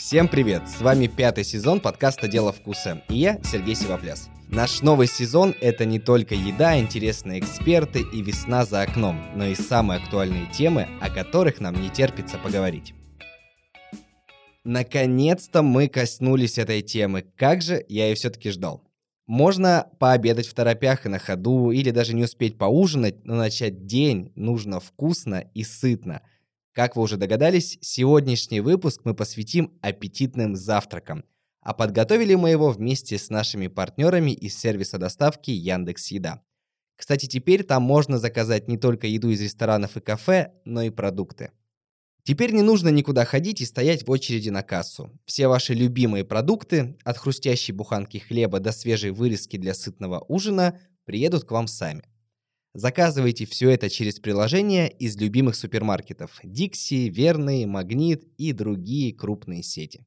Всем привет! С вами 5-й сезон подкаста «Дело вкуса» и я, Сергей Сивопляс. Наш новый сезон — это не только еда, интересные эксперты и весна за окном, но и самые актуальные темы, о которых нам не терпится поговорить. Наконец-то мы коснулись этой темы, как же я ее все-таки ждал. Можно пообедать в торопях и на ходу, или даже не успеть поужинать, но начать день нужно вкусно и сытно. Как вы уже догадались, сегодняшний выпуск мы посвятим аппетитным завтракам. А подготовили мы его вместе с нашими партнерами из сервиса доставки Яндекс.Еда. Кстати, теперь там можно заказать не только еду из ресторанов и кафе, но и продукты. Теперь не нужно никуда ходить и стоять в очереди на кассу. Все ваши любимые продукты, от хрустящей буханки хлеба до свежей вырезки для сытного ужина, приедут к вам сами. Заказывайте все это через приложение из любимых супермаркетов Dixie, Верный, Магнит и другие крупные сети.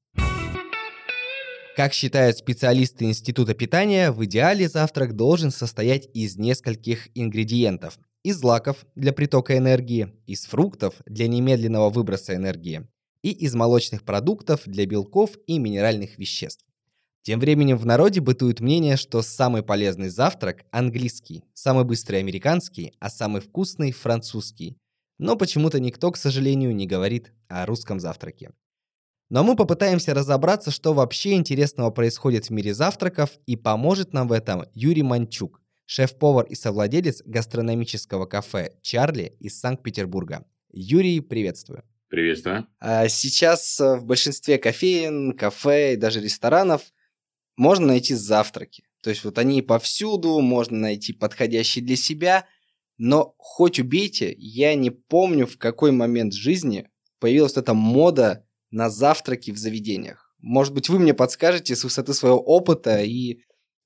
Как считают специалисты Института питания, в идеале завтрак должен состоять из нескольких ингредиентов. Из злаков для притока энергии, из фруктов для немедленного выброса энергии и из молочных продуктов для белков и минеральных веществ. Тем временем в народе бытует мнение, что самый полезный завтрак – английский, самый быстрый – американский, а самый вкусный – французский. Но почему-то никто, к сожалению, не говорит о русском завтраке. Но мы попытаемся разобраться, что вообще интересного происходит в мире завтраков, и поможет нам в этом Юрий Манчук, шеф-повар и совладелец гастрономического кафе «Чарли» из Санкт-Петербурга. Юрий, приветствую. Приветствую. Сейчас в большинстве кофеен, кафе и даже ресторанов можно найти завтраки. То есть вот они повсюду, можно найти подходящие для себя, но хоть убейте, я не помню, в какой момент жизни появилась эта мода на завтраки в заведениях. Может быть, вы мне подскажете с высоты своего опыта и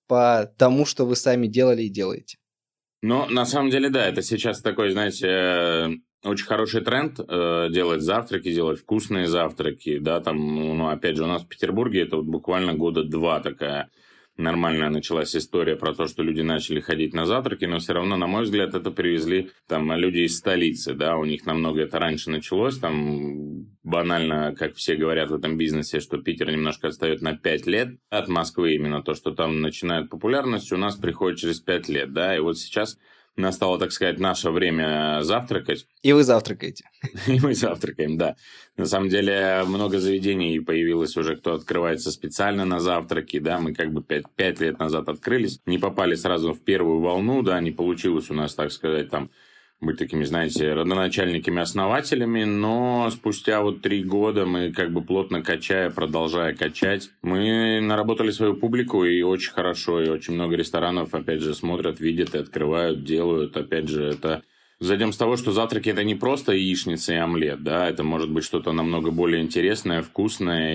по тому, что вы сами делали и делаете. Ну, на самом деле, да, это сейчас такой, знаете, очень хороший тренд делать завтраки, делать вкусные завтраки, да, там, ну, опять же, у нас в Петербурге это вот буквально года 2 такая нормальная началась история про то, что люди начали ходить на завтраки, но все равно, на мой взгляд, это привезли там люди из столицы, да, у них намного это раньше началось, там банально, как все говорят в этом бизнесе, что Питер немножко отстает на 5 лет от Москвы, именно то, что там начинает популярность, у нас приходит через 5 лет, да, и вот сейчас настало, так сказать, наше время завтракать. И вы завтракаете. И мы завтракаем, да. На самом деле, много заведений появилось уже, кто открывается специально на завтраки, да, мы как бы 5 лет назад открылись, не попали сразу в первую волну, да, не получилось у нас, так сказать, там, быть такими, знаете, родоначальниками-основателями, но спустя вот 3 года мы как бы плотно продолжая качать, мы наработали свою публику и очень хорошо, и очень много ресторанов, опять же, смотрят, видят и открывают, делают, опять же, это... Зайдем с того, что завтраки – это не просто яичница и омлет, да, это может быть что-то намного более интересное, вкусное,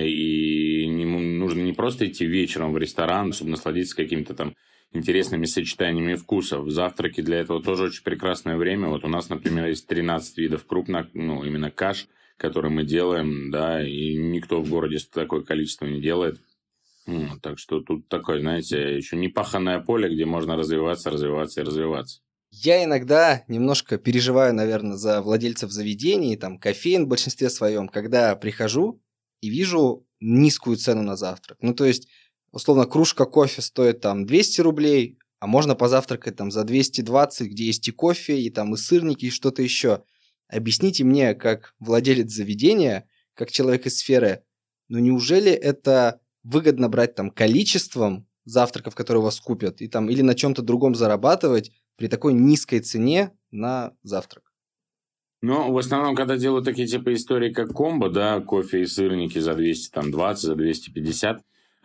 и нужно не просто идти вечером в ресторан, чтобы насладиться какими-то там интересными сочетаниями вкусов. Завтраки для этого тоже очень прекрасное время. Вот у нас, например, есть 13 видов крупных, ну, именно каш, которые мы делаем, да, и никто в городе такое количество не делает. Так что тут такое, знаете, еще не паханное поле, где можно развиваться и развиваться. Я иногда немножко переживаю, наверное, за владельцев заведений, там, кофеен в большинстве своем, когда прихожу и вижу низкую цену на завтрак. Ну, то есть, условно, кружка кофе стоит там 200 рублей, а можно позавтракать там за 220, где есть и кофе, и там и сырники, и что-то еще. Объясните мне, как владелец заведения, как человек из сферы, ну неужели это выгодно брать там количеством завтраков, которые у вас купят, и там или на чем-то другом зарабатывать при такой низкой цене на завтрак? Ну, в основном, когда делают такие типа истории, как комбо, да, кофе и сырники за 220, за 250,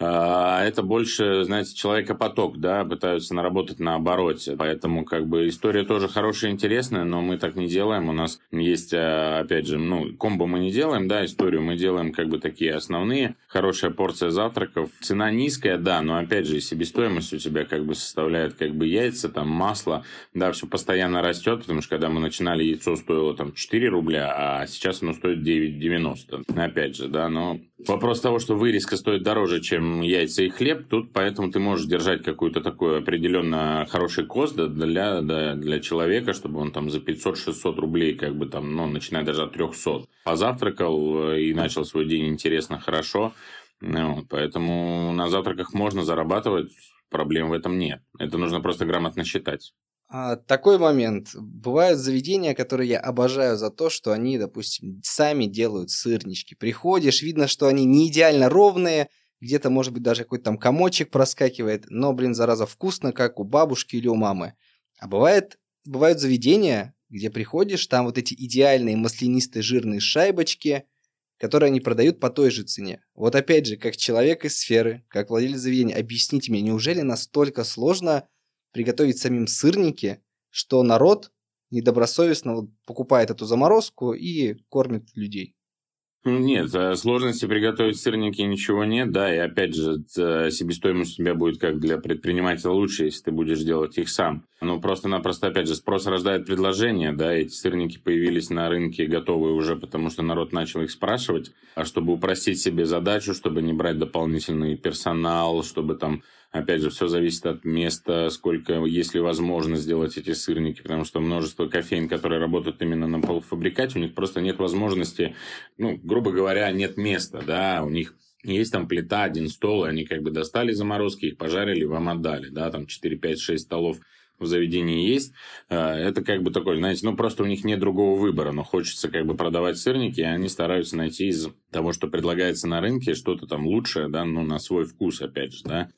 это больше, знаете, человекопоток, да, пытаются наработать на обороте. Поэтому, как бы, история тоже хорошая и интересная, но мы так не делаем. У нас есть, опять же, ну, комбо мы не делаем, да, историю мы делаем, как бы, такие основные. Хорошая порция завтраков. Цена низкая, да, но, опять же, себестоимость у тебя, как бы, составляет, как бы, яйца, там, масло, да, все постоянно растет, потому что, когда мы начинали, яйцо стоило, там, 4 рубля, а сейчас оно стоит 9,90. Опять же, да, но Вопрос того, что вырезка стоит дороже, чем яйца и хлеб, тут поэтому ты можешь держать какой-то такой определенно хороший кост для человека, чтобы он там за 500-600 рублей, как бы там, ну, начиная даже от 300, позавтракал и начал свой день интересно, хорошо. Ну, вот, поэтому на завтраках можно зарабатывать, проблем в этом нет. Это нужно просто грамотно считать. Такой момент. Бывают заведения, которые я обожаю за то, что они, допустим, сами делают сырнички. Приходишь, видно, что они не идеально ровные, где-то, может быть, даже какой-то там комочек проскакивает, но, блин, зараза, вкусно, как у бабушки или у мамы. А бывают заведения, где приходишь, там вот эти идеальные маслянистые жирные шайбочки, которые они продают по той же цене. Вот опять же, как человек из сферы, как владелец заведения, объясните мне, неужели настолько сложно приготовить самим сырники, что народ недобросовестно покупает эту заморозку и кормит людей? Нет, сложности приготовить сырники ничего нет, да, и опять же, себестоимость у тебя будет как для предпринимателя лучше, если ты будешь делать их сам. Ну, просто-напросто, опять же, спрос рождает предложение, да, эти сырники появились на рынке готовые уже, потому что народ начал их спрашивать, а чтобы упростить себе задачу, чтобы не брать дополнительный персонал, чтобы там, опять же, все зависит от места, сколько, есть ли возможность сделать эти сырники, потому что множество кофеин, которые работают именно на полуфабрикате, у них просто нет возможности, ну, грубо говоря, нет места, да, у них есть там плита, один стол, и они как бы достали заморозки, их пожарили, вам отдали, да, там 4, 5, 6 столов в заведении есть. Это как бы такой, знаете, ну, просто у них нет другого выбора, но хочется как бы продавать сырники, и они стараются найти из того, что предлагается на рынке, что-то там лучшее, да, ну, на свой вкус, опять же, да.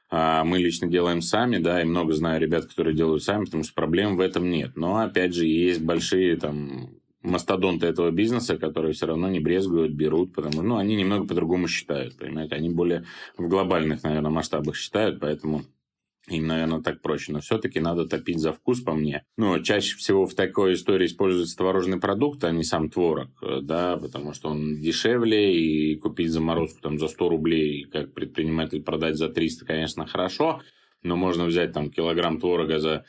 Мы лично делаем сами, да, и много знаю ребят, которые делают сами, потому что проблем в этом нет. Но, опять же, есть большие там мастодонты этого бизнеса, которые все равно не брезгуют, берут, потому что, ну, они немного по-другому считают, понимаете, они более в глобальных, наверное, масштабах считают, поэтому им, наверное, так проще. Но все-таки надо топить за вкус, по мне. Ну, чаще всего в такой истории используется творожный продукт, а не сам творог, да, потому что он дешевле, и купить заморозку там за 100 рублей, как предприниматель продать за 300, конечно, хорошо, но можно взять там килограмм творога за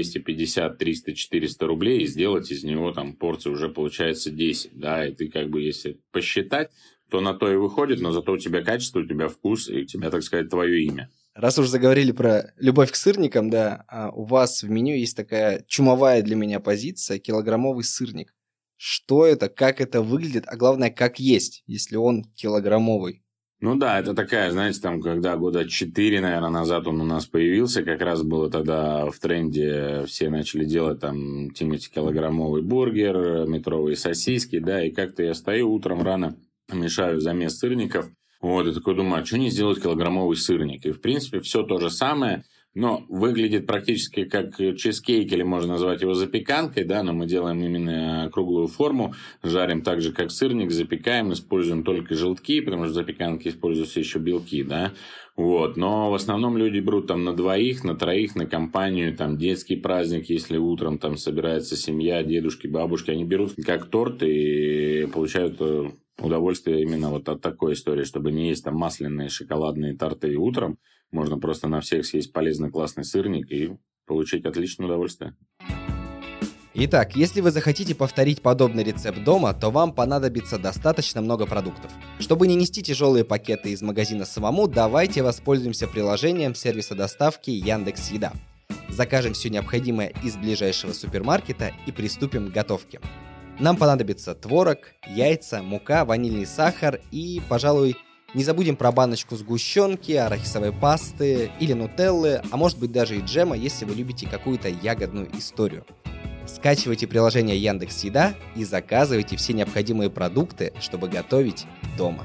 250, 300, 400 рублей и сделать из него там порции уже получается 10, да, и ты как бы, если посчитать, то на то и выходит, но зато у тебя качество, у тебя вкус, и у тебя, так сказать, твое имя. Раз уж заговорили про любовь к сырникам, да, у вас в меню есть такая чумовая для меня позиция — килограммовый сырник. Что это, как это выглядит, а главное, как есть, если он килограммовый? Ну да, это такая, знаете, там, когда года 4, наверное, назад он у нас появился, как раз было тогда в тренде, все начали делать там килограммовый бургер, метровые сосиски, да, и как-то я стою утром рано, мешаю замес сырников, вот, и такой думаю, а что не сделать килограммовый сырник? И, в принципе, все то же самое, но выглядит практически как чизкейк, или можно назвать его запеканкой, да, но мы делаем именно круглую форму, жарим так же, как сырник, запекаем, используем только желтки, потому что в запеканке используются еще белки, да, вот, но в основном люди берут там на двоих, на троих, на компанию, там детский праздник, если утром там собирается семья, дедушки, бабушки, они берут как торт и получают удовольствие именно вот от такой истории, чтобы не есть там масляные шоколадные торты утром, можно просто на всех съесть полезный классный сырник и получить отличное удовольствие. Итак, если вы захотите повторить подобный рецепт дома, то вам понадобится достаточно много продуктов. Чтобы не нести тяжелые пакеты из магазина самому, давайте воспользуемся приложением сервиса доставки Яндекс.Еда. Закажем все необходимое из ближайшего супермаркета и приступим к готовке. Нам понадобится творог, яйца, мука, ванильный сахар и, пожалуй, не забудем про баночку сгущенки, арахисовой пасты или нутеллы, а может быть даже и джема, если вы любите какую-то ягодную историю. Скачивайте приложение Яндекс.Еда и заказывайте все необходимые продукты, чтобы готовить дома.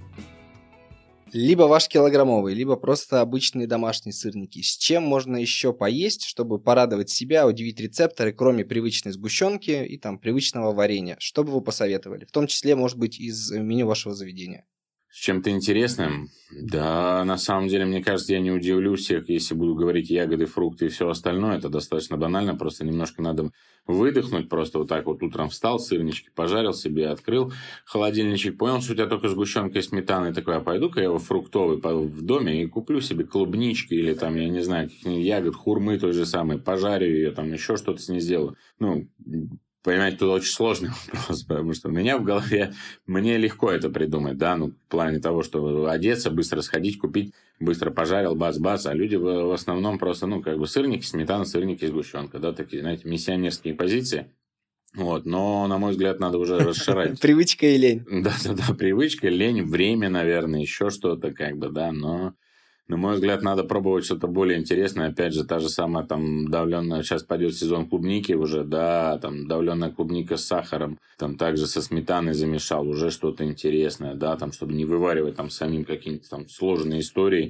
Либо ваш килограммовый, либо просто обычные домашние сырники. С чем можно еще поесть, чтобы порадовать себя, удивить рецепторы, кроме привычной сгущенки и там привычного варенья? Что бы вы посоветовали? В том числе, может быть, из меню вашего заведения. С чем-то интересным? Да, на самом деле, мне кажется, я не удивлю всех, если буду говорить ягоды, фрукты и все остальное. Это достаточно банально, просто немножко надо выдохнуть. Просто вот так вот утром встал, сырнички пожарил себе, открыл холодильничек, понял, что у тебя только сгущенка и сметана, и такой, а пойду-ка я фруктовый в доме и куплю себе клубнички или там, я не знаю, каких-нибудь ягод, хурмы той же самой, пожарю ее, там еще что-то с ней сделаю. Ну, Понимаете, тут очень сложный вопрос, потому что у меня в голове, мне легко это придумать, да, ну, в плане того, что одеться, быстро сходить, купить, быстро пожарил, бац-бац, а люди в основном просто, ну, как бы сырники, сметана, сырники, сгущенка, да, такие, знаете, миссионерские позиции. Вот, но, на мой взгляд, надо уже расширять. Привычка и лень. Да-да-да, привычка, лень, время, наверное, еще что-то, как бы, да, но, на мой взгляд, надо пробовать что-то более интересное. Опять же, та же самая там давленная, сейчас пойдет сезон клубники уже, да, там давленная клубника с сахаром, там также со сметаной замешал, уже что-то интересное, да, там, чтобы не вываривать там самим какие-нибудь там сложные истории.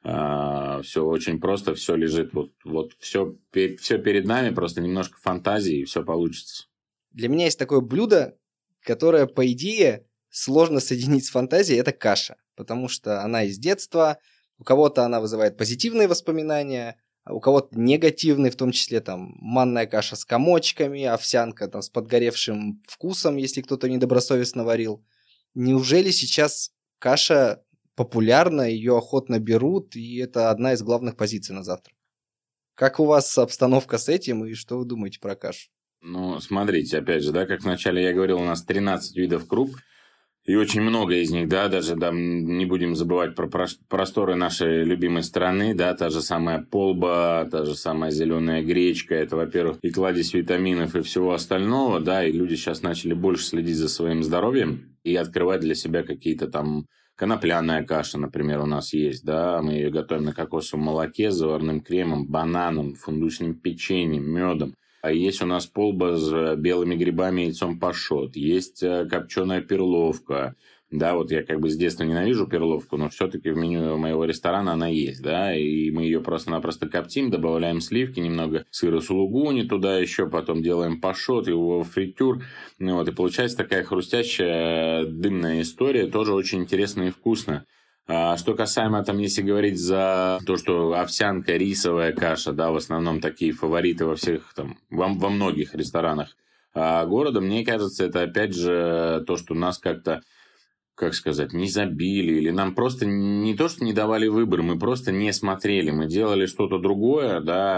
Все очень просто, все лежит, вот все перед нами, просто немножко фантазии, и все получится. Для меня есть такое блюдо, которое, по идее, сложно соединить с фантазией, это каша. Потому что она из детства, у кого-то она вызывает позитивные воспоминания, а у кого-то негативные, в том числе там манная каша с комочками, овсянка там с подгоревшим вкусом, если кто-то недобросовестно варил. Неужели сейчас каша популярна, ее охотно берут, и это одна из главных позиций на завтрак? Как у вас обстановка с этим, и что вы думаете про кашу? Ну, смотрите, опять же, да, как вначале я говорил, у нас 13 видов круп, и очень много из них, да, даже да, не будем забывать про просторы нашей любимой страны, да, та же самая полба, та же самая зеленая гречка, это, во-первых, и кладезь витаминов и всего остального, да, и люди сейчас начали больше следить за своим здоровьем и открывать для себя какие-то там конопляная каша, например, у нас есть, да, мы ее готовим на кокосовом молоке с заварным кремом, бананом, фундучным печеньем, медом. А есть у нас полба с белыми грибами и яйцом пашот. Есть копченая перловка. Да, вот я как бы с детства ненавижу перловку, но все-таки в меню моего ресторана она есть, да, и мы ее просто-напросто коптим, добавляем сливки, немного сыра сулугуни туда еще, потом делаем пашот, его фритюр, ну, вот, и получается такая хрустящая дымная история, тоже очень интересно и вкусно. А что касаемо, там, если говорить за то, что овсянка, рисовая каша, да, в основном такие фавориты во всех, там, во многих ресторанах города, мне кажется, это опять же то, что нас как-то, как сказать, не забили, или нам просто не то, что не давали выбор, мы просто не смотрели, мы делали что-то другое,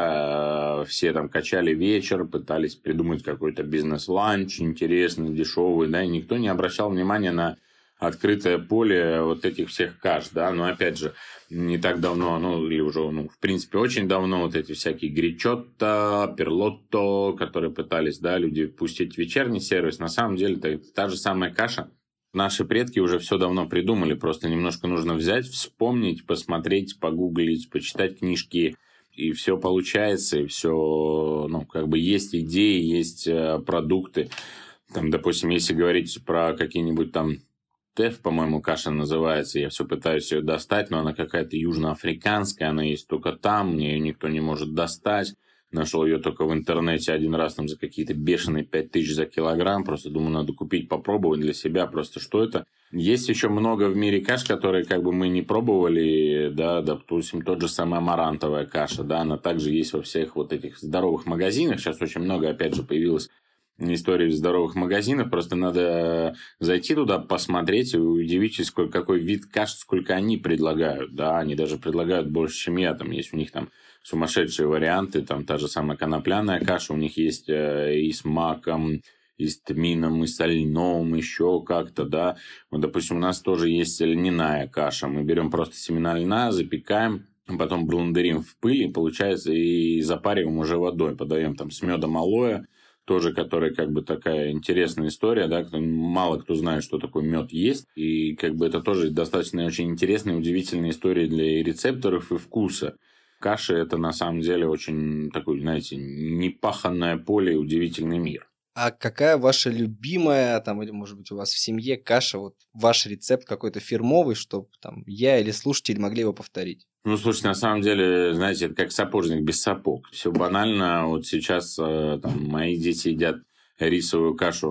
да, все там качали вечер, пытались придумать какой-то бизнес-ланч интересный, дешевый, да, и никто не обращал внимания на открытое поле вот этих всех каш, да, но опять же, не так давно, ну, или уже, ну, в принципе, очень давно вот эти всякие гречотто, перлотто, которые пытались, да, люди пустить в вечерний сервис, на самом деле это та же самая каша. Наши предки уже все давно придумали, просто немножко нужно взять, вспомнить, посмотреть, погуглить, почитать книжки, и все получается, и все, ну, как бы есть идеи, есть продукты. Там, допустим, если говорить про какие-нибудь там Теф, по-моему, каша называется. Я все пытаюсь ее достать, но она какая-то южноафриканская. Она есть только там. Мне ее никто не может достать. Нашел ее только в интернете один раз там за какие-то бешеные 5000 за килограмм. Просто думаю, надо купить, попробовать для себя. Просто что это? Есть еще много в мире каш, которые как бы мы не пробовали. Да, допустим, тот же самый амарантовая каша. Да, она также есть во всех вот этих здоровых магазинах. Сейчас очень много, опять же, появилось истории в здоровых магазинах, просто надо зайти туда, посмотреть, и вы удивитесь, какой вид каш, сколько они предлагают, да, они даже предлагают больше, чем я, там есть у них там сумасшедшие варианты, там та же самая конопляная каша, у них есть и с маком, и с тмином, и с льном, еще как-то, да, вот, допустим, у нас тоже есть льняная каша, мы берем просто семена льна, запекаем, потом блендерим в пыли, получается, и запариваем уже водой, подаем там с медом алоэ, тоже, которая как бы такая интересная история, да, мало кто знает, что такое мед есть, и как бы это тоже достаточно очень интересная, удивительная история для рецепторов и вкуса. Каши – это на самом деле очень такой, знаете, непаханное поле и удивительный мир. А какая ваша любимая, там, или, может быть, у вас в семье каша, вот ваш рецепт какой-то фирмовый, чтобы там я или слушатели могли его повторить? Ну, слушайте, на самом деле, знаете, это как сапожник без сапог. Все банально. Вот сейчас там, мои дети едят рисовую кашу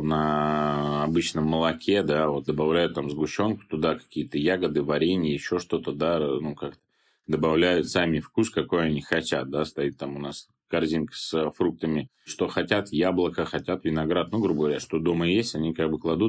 на обычном молоке, да, вот добавляют там сгущенку туда, какие-то ягоды, варенье, еще что-то, да, ну, как добавляют сами вкус, какой они хотят, да, стоит там у нас корзинка с фруктами, что хотят, яблоко, хотят виноград, ну, грубо говоря, что дома есть, они как бы кладут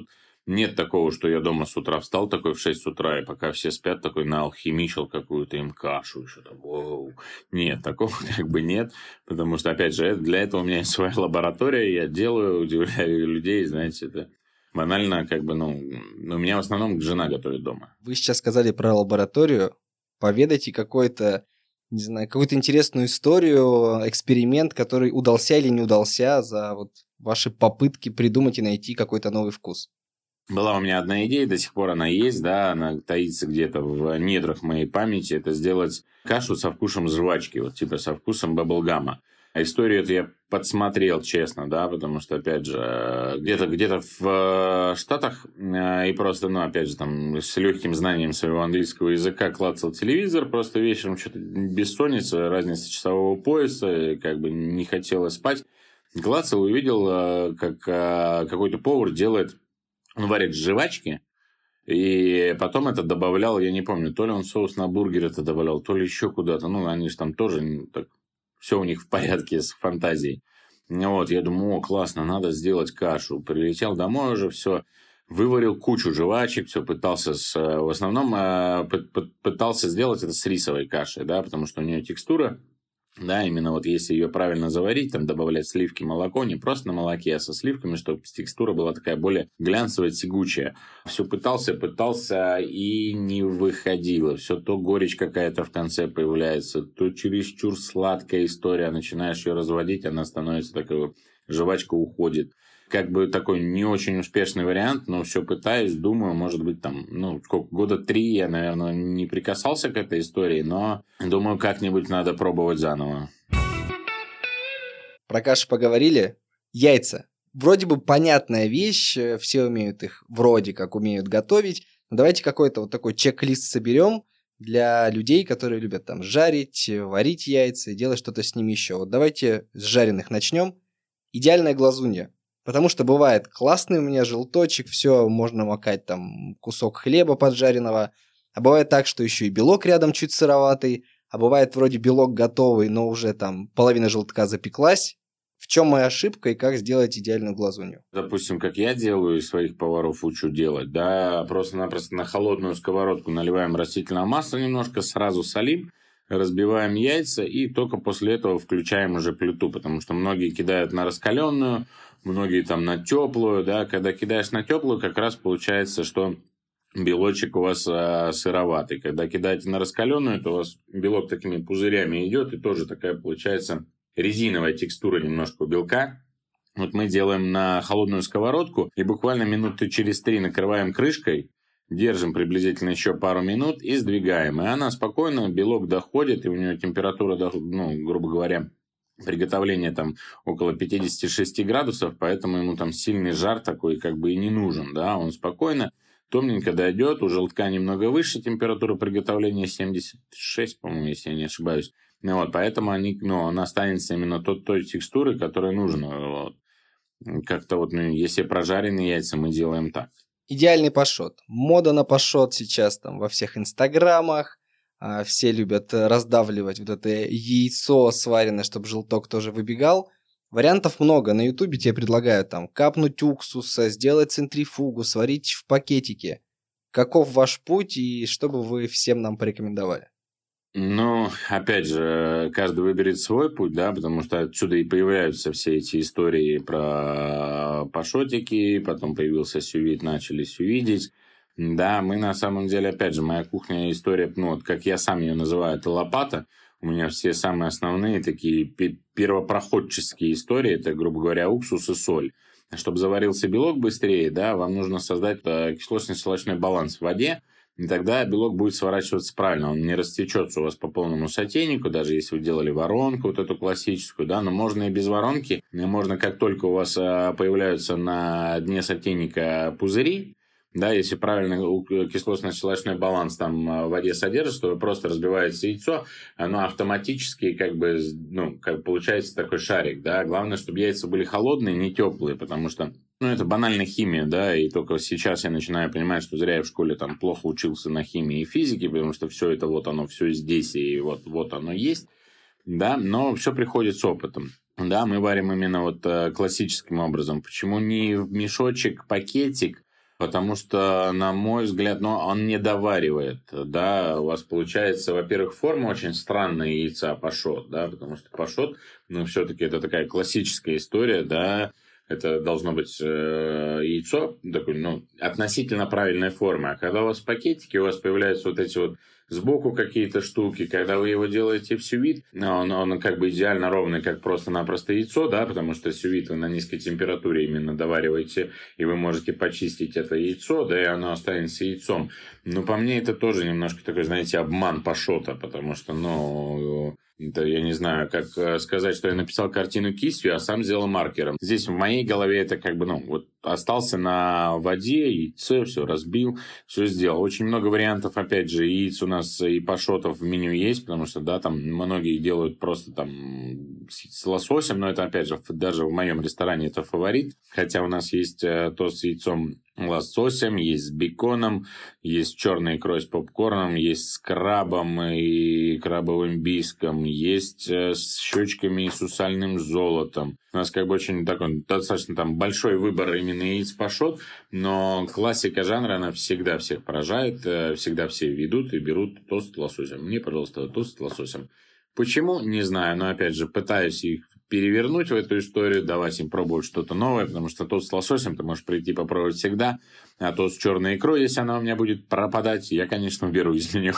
Нет такого, что я дома с утра встал такой в 6 утра, и пока все спят, такой наалхимичил какую-то им кашу еще там. Воу. Нет, такого как бы нет, потому что, опять же, для этого у меня есть своя лаборатория, я делаю, удивляю людей, знаете, это банально как бы, у меня в основном жена готовит дома. Вы сейчас сказали про лабораторию. Поведайте какой-то, не знаю, какую-то интересную историю, эксперимент, который удался или не удался за вот ваши попытки придумать и найти какой-то новый вкус. Была у меня одна идея, до сих пор она есть, да, она таится где-то в недрах моей памяти, это сделать кашу со вкусом жвачки, вот типа со вкусом баблгама. А историю эту я подсмотрел, честно, да, потому что, опять же, где-то в Штатах и просто, опять же, там, с легким знанием своего английского языка клацал телевизор, просто вечером что-то бессонница, разница часового пояса, как бы не хотелось спать. Клацал, увидел, как какой-то повар делает. Он варит жвачки, и потом это добавлял, я не помню, то ли он соус на бургер это добавлял, то ли еще куда-то. Они же там тоже, так, все у них в порядке с фантазией. Вот, я думаю, классно, надо сделать кашу. Прилетел домой уже, все, выварил кучу жвачек, все пытался, в основном пытался сделать это с рисовой кашей, да, потому что у нее текстура. Да, именно вот если ее правильно заварить, там добавлять сливки, молоко, не просто на молоке, а со сливками, чтобы текстура была такая более глянцевая, тягучая. Все пытался и не выходило. Все то горечь какая-то в конце появляется, то чересчур сладкая история. Начинаешь ее разводить, она становится такой, жвачка уходит. Как бы такой не очень успешный вариант, но все пытаюсь, думаю, может быть, там, года 3 я, наверное, не прикасался к этой истории, но думаю, как-нибудь надо пробовать заново. Про кашу поговорили. Яйца. Вроде бы понятная вещь, все умеют их, вроде как умеют готовить. Но давайте какой-то вот такой чек-лист соберем для людей, которые любят там жарить, варить яйца и делать что-то с ними еще. Вот давайте с жареных начнем. Идеальная глазунья. Потому что бывает классный у меня желточек, все, можно макать там кусок хлеба поджаренного. А бывает так, что еще и белок рядом чуть сыроватый. А бывает вроде белок готовый, но уже там половина желтка запеклась. В чем моя ошибка и как сделать идеальную глазунью? Допустим, как я делаю, и своих поваров учу делать, да, просто-напросто на холодную сковородку наливаем растительное масло немножко, сразу солим, разбиваем яйца и только после этого включаем уже плиту, потому что многие кидают на раскаленную, многие там на теплую, да, когда кидаешь на теплую, как раз получается, что белочек у вас сыроватый. Когда кидаете на раскаленную, то у вас белок такими пузырями идет, и тоже такая получается резиновая текстура немножко у белка. Вот мы делаем на холодную сковородку и буквально минуты через 3 накрываем крышкой, держим приблизительно еще пару минут и сдвигаем. И она спокойно, белок доходит, и у нее температура, грубо говоря, приготовление там около 56 градусов, поэтому ему там сильный жар такой как бы и не нужен, да, он спокойно, томненько дойдет, у желтка немного выше температура приготовления, 76, по-моему, если я не ошибаюсь, поэтому он останется именно той текстуры, которая нужна, вот. Как-то если прожаренные яйца, мы делаем так. Идеальный пашот. Мода на пашот сейчас там во всех инстаграмах. Все любят раздавливать вот это яйцо сваренное, чтобы желток тоже выбегал. Вариантов много. На ютубе тебе предлагают там капнуть уксуса, сделать центрифугу, сварить в пакетике. Каков ваш путь и что бы вы всем нам порекомендовали? Опять же, каждый выберет свой путь, да, потому что отсюда и появляются все эти истории про пашотики, потом появился сювид, начали сювидить. Да, мы на самом деле, опять же, моя кухня история, как я сам ее называю, это лопата. У меня все самые основные такие первопроходческие истории, это, грубо говоря, уксус и соль. Чтобы заварился белок быстрее, да, вам нужно создать кислотно-щелочной баланс в воде, и тогда белок будет сворачиваться правильно, он не растечется у вас по полному сотейнику, даже если вы делали воронку, вот эту классическую, да, но можно и без воронки, можно как только у вас появляются на дне сотейника пузыри, да, если правильно кислотно-щелочной баланс там в воде содержится, то просто разбивается яйцо, оно автоматически как получается такой шарик, да, главное, чтобы яйца были холодные, не теплые, потому что это банальная химия, да, и только сейчас я начинаю понимать, что зря я в школе там плохо учился на химии и физике, потому что все это оно все здесь, и вот оно есть, да, но все приходит с опытом. Да, мы варим именно классическим образом. Почему не в мешочек, пакетик, Потому что, на мой взгляд, он не доваривает, да, у вас получается, во-первых, форма очень странная яйца пашот, да, потому что пашот, все-таки это такая классическая история, да, это должно быть яйцо такой, относительно правильной формы, а когда у вас в пакетике, у вас появляются вот эти вот сбоку какие-то штуки, когда вы его делаете в сювит, он как бы идеально ровный, как просто-напросто яйцо, да, потому что сювит вы на низкой температуре именно довариваете, и вы можете почистить это яйцо, да, и оно останется яйцом. Но по мне это тоже немножко такой, знаете, обман пашота, потому что, это, я не знаю, как сказать, что я написал картину кистью, а сам сделал маркером. Здесь в моей голове это как бы, вот остался на воде, яйцо, все разбил, все сделал. Очень много вариантов, опять же, яиц у нас и пашотов в меню есть, потому что, да, там многие делают просто там с лососем, но это, опять же, даже в моем ресторане это фаворит. Хотя у нас есть тост с яйцом лососем, есть с беконом, есть с черной икрой с попкорном, есть с крабом и крабовым биском, есть с щечками и сусальным золотом. У нас как бы очень такой достаточно там большой выбор именно яиц пашот, но классика жанра, она всегда всех поражает, всегда все ведут и берут тост с лососем. Мне, пожалуйста, тост с лососем. Почему? Не знаю, но опять же пытаюсь их перевернуть в эту историю, давать им пробовать что-то новое, потому что тост с лососем ты можешь прийти попробовать всегда, а тост с черной икрой, если она у меня будет пропадать, я, конечно, уберу из меню.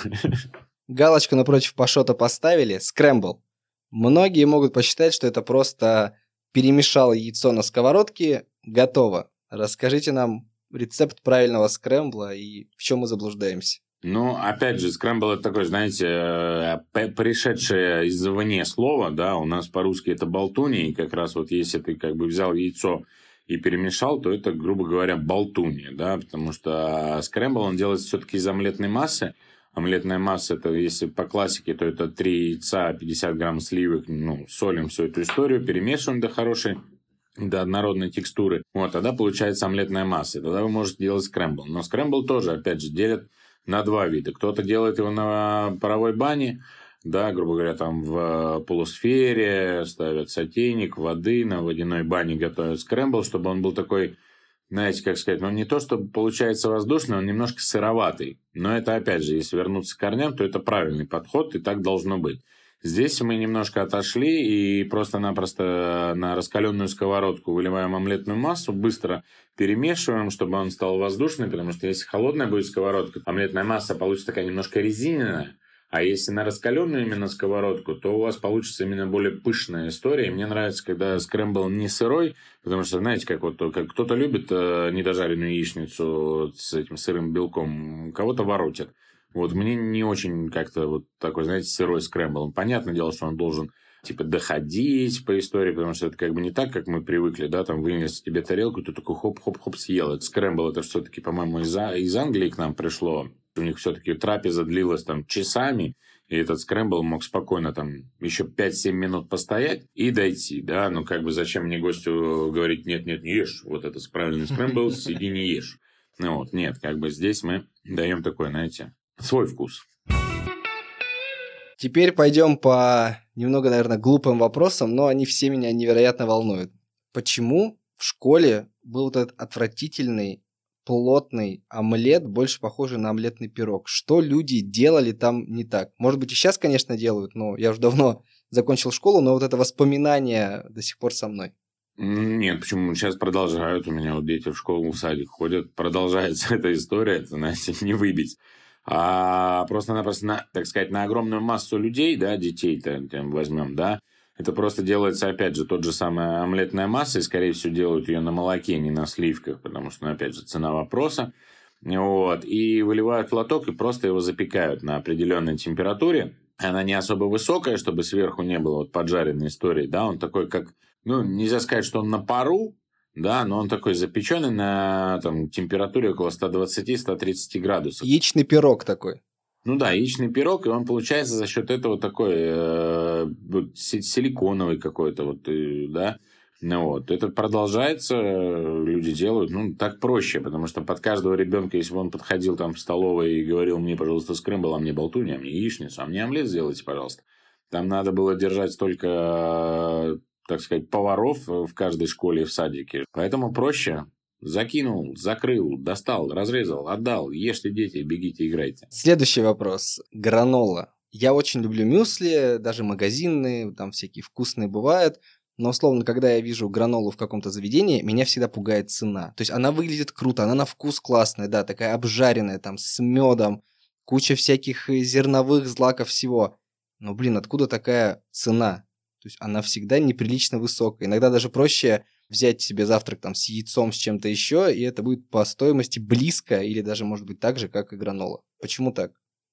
Галочку напротив пашота поставили, скрэмбл. Многие могут посчитать, что это просто перемешал яйцо на сковородке, готово. Расскажите нам рецепт правильного скрэмбла и в чем мы заблуждаемся. Опять же, скрэмбл это такое, знаете, пришедшее извне слово, да, у нас по-русски это болтунья, и как раз вот если ты как бы взял яйцо и перемешал, то это, грубо говоря, болтунья, да, потому что скрэмбл, он делается все-таки из омлетной массы. Омлетная масса, это если по классике, то это 3 яйца, 50 грамм сливок, солим всю эту историю, перемешиваем до хорошей, до однородной текстуры. Вот, тогда получается омлетная масса, и тогда вы можете делать скрэмбл. Но скрэмбл тоже, опять же, делят на два вида. Кто-то делает его на паровой бане, да, грубо говоря, там в полусфере, ставят сотейник, воды, на водяной бане готовят скрэмбл, чтобы он был такой, знаете, как сказать, не то, что получается воздушный, он немножко сыроватый. Но это, опять же, если вернуться к корням, то это правильный подход, и так должно быть. Здесь мы немножко отошли и просто-напросто на раскаленную сковородку выливаем омлетную массу, быстро перемешиваем, чтобы он стал воздушный, потому что если холодная будет сковородка, омлетная масса получится такая немножко резиновая. А если на раскаленную именно сковородку, то у вас получится именно более пышная история. И мне нравится, когда скрэмбл не сырой, потому что, знаете, как кто-то любит недожаренную яичницу с этим сырым белком, кого-то воротит. Вот мне не очень как-то вот такой, знаете, сырой скрэмбл. Понятное дело, что он должен доходить по истории, потому что это как бы не так, как мы привыкли, да, там вынес тебе тарелку, ты такой хоп-хоп-хоп съел. Это скрэмбл, это все-таки, по-моему, из Англии к нам пришло. У них все-таки трапеза длилась там часами, и этот скрэмбл мог спокойно там еще 5-7 минут постоять и дойти, да, как бы зачем мне гостю говорить, нет, не ешь, вот это правильный скрэмбл, сиди не ешь. Нет, как бы здесь мы даем такой, знаете, свой вкус. Теперь пойдем по немного, наверное, глупым вопросам, но они все меня невероятно волнуют. Почему в школе был вот этот отвратительный, плотный омлет, больше похожий на омлетный пирог? Что люди делали там не так? Может быть, и сейчас, конечно, делают, но я уже давно закончил школу, но вот это воспоминание до сих пор со мной. Нет, почему? Сейчас продолжают. У меня вот дети в школу, в садик ходят. Продолжается эта история. Это, знаете, не выбить. А просто-напросто, так сказать, на огромную массу людей, да, детей-то возьмем, да, это просто делается, опять же, тот же самый омлетная масса, и, скорее всего, делают ее на молоке, не на сливках, потому что, опять же, цена вопроса. Вот, и выливают в лоток, и просто его запекают на определенной температуре. Она не особо высокая, чтобы сверху не было вот поджаренной истории, да, он такой, как, нельзя сказать, что он на пару, да, но он такой запеченный на температуре около 120-130 градусов. Яичный пирог такой. Да, яичный пирог, и он получается за счет этого такой силиконовый какой-то, да. Это продолжается, люди делают, так проще, потому что под каждого ребенка, если бы он подходил там в столовой и говорил, мне, пожалуйста, скрэмбл, а мне болтунья, а мне яичницу, а мне омлет сделайте, пожалуйста. Там надо было держать столько, так сказать, поваров в каждой школе и в садике. Поэтому проще. Закинул, закрыл, достал, разрезал, отдал. Ешьте, дети, бегите, играйте. Следующий вопрос. Гранола. Я очень люблю мюсли, даже магазинные, там всякие вкусные бывают. Но, условно, когда я вижу гранолу в каком-то заведении, меня всегда пугает цена. То есть она выглядит круто, она на вкус классная, да, такая обжаренная, там, с медом, куча всяких зерновых злаков всего. Но, блин, откуда такая цена? То есть она всегда неприлично высокая. Иногда даже проще взять себе завтрак там с яйцом, с чем-то еще, и это будет по стоимости близко или даже, может быть, так же, как и гранола. Почему так?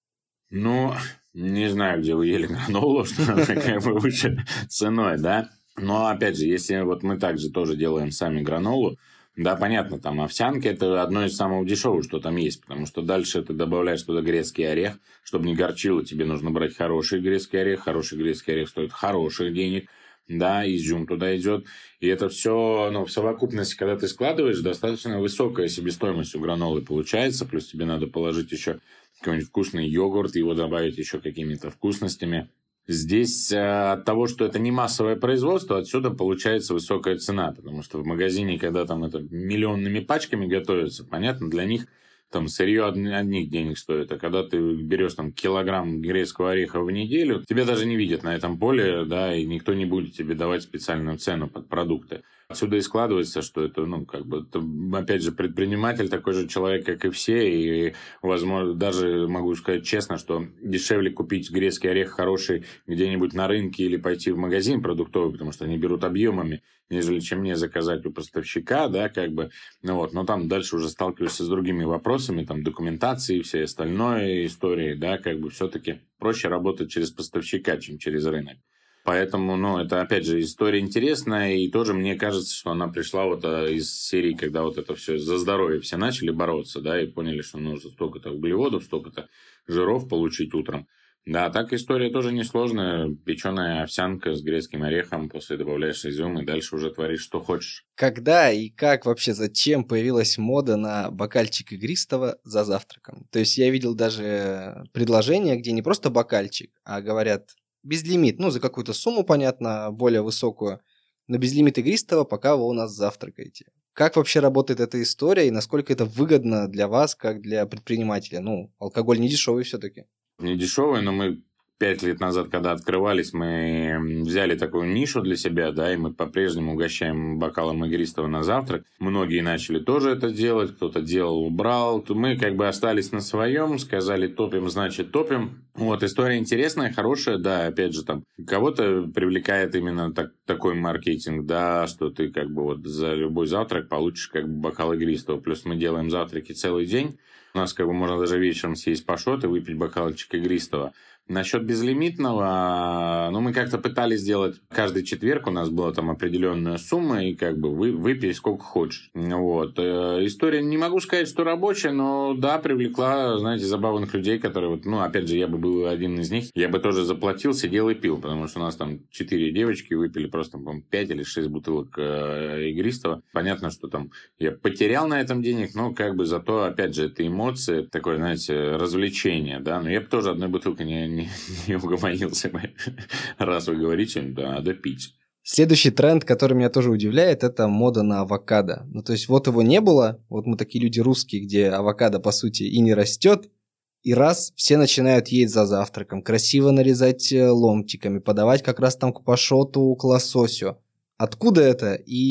Ну, не знаю, где вы ели гранолу, что она как бы выше ценой, да? Но, опять же, если вот мы также тоже делаем сами гранолу, да, понятно, там овсянка – это одно из самых дешевых, что там есть, потому что дальше ты добавляешь туда грецкий орех, чтобы не горчило, тебе нужно брать хороший грецкий орех стоит хороших денег, да, изюм туда идет, и это все, ну, в совокупности, когда ты складываешь, достаточно высокая себестоимость у гранолы получается, плюс тебе надо положить еще какой-нибудь вкусный йогурт, его добавить еще какими-то вкусностями. Здесь от того, что это не массовое производство, отсюда получается высокая цена, потому что в магазине, когда там это миллионными пачками готовится, понятно, для них там сырье одних денег стоит, а когда ты берешь там килограмм грецкого ореха в неделю, тебя даже не видят на этом поле, да, и никто не будет тебе давать специальную цену под продукты. Отсюда и складывается, что это, ну, как бы, это, опять же, предприниматель такой же человек, как и все, и, возможно, даже могу сказать честно, что дешевле купить грецкий орех хороший где-нибудь на рынке или пойти в магазин продуктовый, потому что они берут объемами, нежели чем мне заказать у поставщика, да, как бы, ну вот, но там дальше уже сталкиваешься с другими вопросами, там, документации и всей остальной истории, да, как бы, все-таки проще работать через поставщика, чем через рынок. Поэтому, ну, это, опять же, история интересная, и тоже мне кажется, что она пришла вот из серии, когда вот это все за здоровье все начали бороться, да, и поняли, что нужно столько-то углеводов, столько-то жиров получить утром. Да, так история тоже несложная. Печеная овсянка с грецким орехом, после добавляешь изюм, и дальше уже творишь, что хочешь. Когда и как вообще, зачем появилась мода на бокальчик игристого за завтраком? То есть я видел даже предложение, где не просто бокальчик, а говорят безлимит, ну, за какую-то сумму, понятно, более высокую, но безлимит игристого, пока вы у нас завтракаете. Как вообще работает эта история и насколько это выгодно для вас, как для предпринимателя? Ну, алкоголь не дешевый все-таки. Не дешевый, но мы 5 лет назад, когда открывались, мы взяли такую нишу для себя, да, и мы по-прежнему угощаем бокалом игристого на завтрак. Многие начали тоже это делать, кто-то делал, убрал. Мы как бы остались на своем, сказали топим, значит топим. Вот, история интересная, хорошая, да, опять же, там, кого-то привлекает именно такой маркетинг, да, что ты как бы вот за любой завтрак получишь как бы бокал игристого. Плюс мы делаем завтраки целый день. У нас как бы можно даже вечером съесть пашот и выпить бокалчик игристого. Насчет безлимитного, ну, мы как-то пытались сделать каждый четверг, у нас была там определенная сумма, и как бы выпей сколько хочешь. Вот. История, не могу сказать, что рабочая, но да, привлекла, знаете, забавных людей, которые, вот, ну, опять же, я бы был один из них, я бы тоже заплатил, сидел и пил, потому что у нас там 4 девочки выпили просто, по-моему, 5 или 6 бутылок игристого. Понятно, что там я потерял на этом денег, но как бы зато, опять же, это эмоции, такое, знаете, развлечение, да, но я бы тоже одной бутылкой не угомонился бы. Раз вы говорите, да, надо пить. Следующий тренд, который меня тоже удивляет, это мода на авокадо. Ну, то есть вот его не было, вот мы такие люди русские, где авокадо, по сути, и не растет, и раз все начинают есть за завтраком, красиво нарезать ломтиками, подавать как раз там к пашоту, к лососю. Откуда это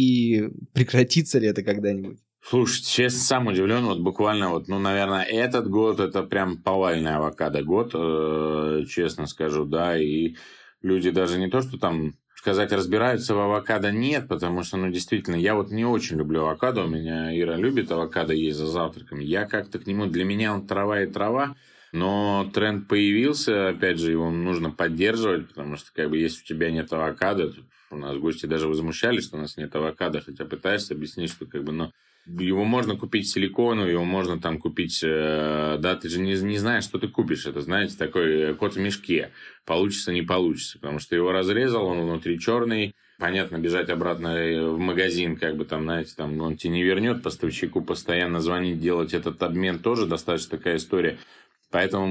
и прекратится ли это когда-нибудь? Слушай, честно, сам удивлен. Вот буквально, вот, ну, наверное, этот год это прям повальный авокадо год, честно скажу, да. И люди даже не то, что там сказать разбираются в авокадо, нет, потому что, ну, действительно, я вот не очень люблю авокадо. У меня Ира любит авокадо есть за завтраком. Я как-то к нему, для меня он трава и трава. Но тренд появился, опять же, его нужно поддерживать, потому что, как бы, если у тебя нет авокадо, у нас гости даже возмущались, что у нас нет авокадо, хотя пытаешься объяснить, что, как бы, ну, его можно купить силиконовый, его можно там купить, да, ты же не знаешь, что ты купишь. Это, знаете, такой кот в мешке. Получится, не получится. Потому что его разрезал, он внутри черный. Понятно, бежать обратно в магазин, как бы там, знаете, там он тебе не вернет. Поставщику постоянно звонить, делать этот обмен тоже достаточно такая история. Поэтому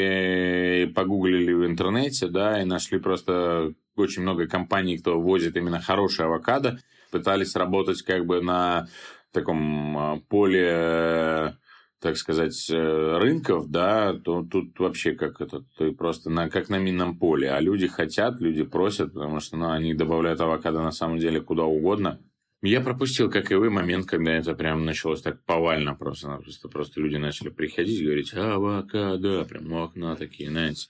мы погуглили в интернете, да, и нашли просто очень много компаний, кто возит именно хороший авокадо. Пытались работать как бы на таком поле, так сказать, рынков, да, то тут вообще ты просто как на минном поле. А люди хотят, люди просят, потому что они добавляют авокадо на самом деле куда угодно. Я пропустил, как и вы, момент, когда это прям началось так повально просто люди начали приходить и говорить: авокадо, прям у окна такие, знаете.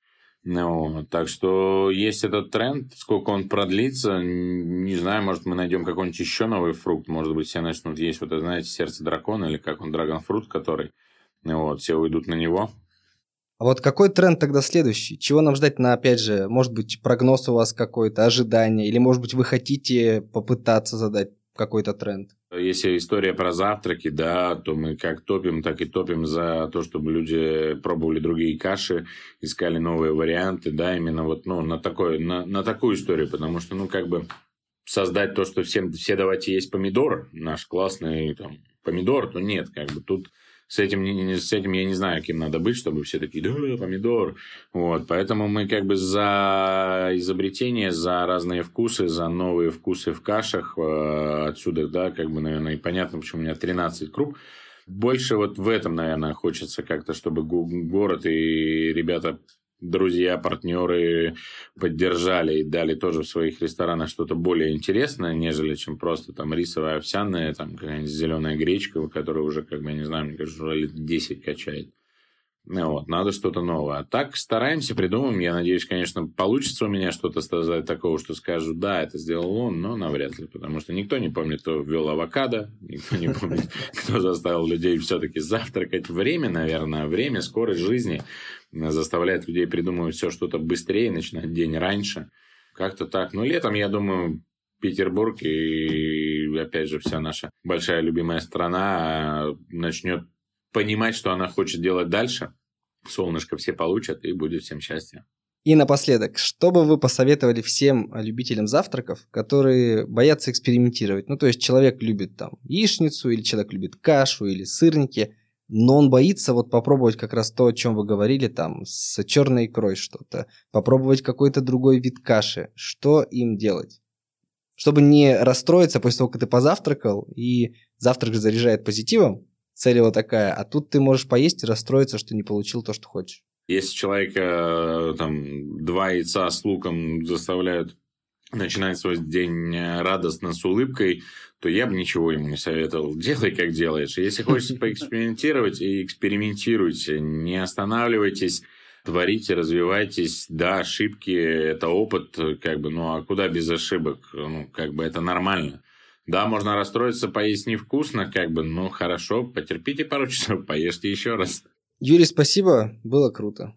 Так что есть этот тренд. Сколько он продлится, не знаю. Может, мы найдем какой-нибудь еще новый фрукт. Может быть, все начнут есть, знаете, сердце дракона, или как он, драгонфрут, который, все уйдут на него. А вот какой тренд тогда следующий? Чего нам ждать опять же, может быть, прогноз у вас какой-то, ожидание, или, может быть, вы хотите попытаться задать какой-то тренд? Если история про завтраки, да, то мы как топим, так и топим за то, чтобы люди пробовали другие каши, искали новые варианты, да, именно на такую историю, потому что, создать то, что все давайте есть помидор, наш классный помидор, то нет, тут с этим я не знаю, кем надо быть, чтобы все такие: да, помидор. Поэтому мы за изобретение, за разные вкусы, за новые вкусы в кашах. Отсюда, да, наверное, и понятно, почему у меня 13 круг. Больше в этом, наверное, хочется как-то, чтобы город и ребята, друзья, партнеры поддержали и дали тоже в своих ресторанах что-то более интересное, нежели чем просто рисовая, овсяная, какая-нибудь зеленая гречка, которая уже, я не знаю, мне кажется, уже лет 10 качает. Надо что-то новое. А так стараемся, придумаем. Я надеюсь, конечно, получится у меня что-то сказать такого, что скажу: да, это сделал он, но навряд ли. Потому что никто не помнит, кто ввел авокадо, никто не помнит, кто заставил людей все-таки завтракать. Время, скорость жизни заставляет людей придумывать все что-то быстрее, начинать день раньше. Как-то так. Но летом, я думаю, Петербург и, опять же, вся наша большая любимая страна начнет понимать, что она хочет делать дальше. Солнышко все получат, и будет всем счастье. И напоследок, что бы вы посоветовали всем любителям завтраков, которые боятся экспериментировать? То есть человек любит яичницу, или человек любит кашу, или сырники, но он боится попробовать как раз то, о чем вы говорили, с черной икрой что-то, попробовать какой-то другой вид каши. Что им делать? Чтобы не расстроиться после того, как ты позавтракал, и завтрак же заряжает позитивом, цель такая, а тут ты можешь поесть и расстроиться, что не получил то, что хочешь. Если человека 2 яйца с луком заставляют начинать свой день радостно, с улыбкой, то я бы ничего ему не советовал. Делай, как делаешь. Если хочешь поэкспериментировать, и экспериментируйте. Не останавливайтесь, творите, развивайтесь. Да, ошибки – это опыт, а куда без ошибок? Это нормально. Да, можно расстроиться, поесть невкусно, хорошо, потерпите пару часов, поешьте еще раз. Юрий, спасибо, было круто.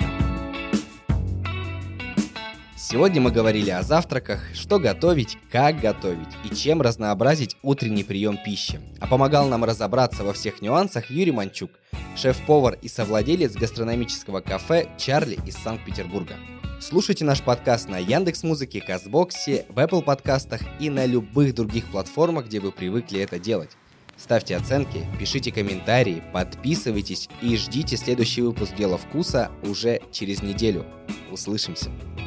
Сегодня мы говорили о завтраках, что готовить, как готовить и чем разнообразить утренний прием пищи. А помогал нам разобраться во всех нюансах Юрий Манчук, шеф-повар и совладелец гастрономического кафе «Чарли» из Санкт-Петербурга. Слушайте наш подкаст на Яндекс.Музыке, Кастбоксе, в Apple подкастах и на любых других платформах, где вы привыкли это делать. Ставьте оценки, пишите комментарии, подписывайтесь и ждите следующий выпуск «Дела вкуса» уже через неделю. Услышимся!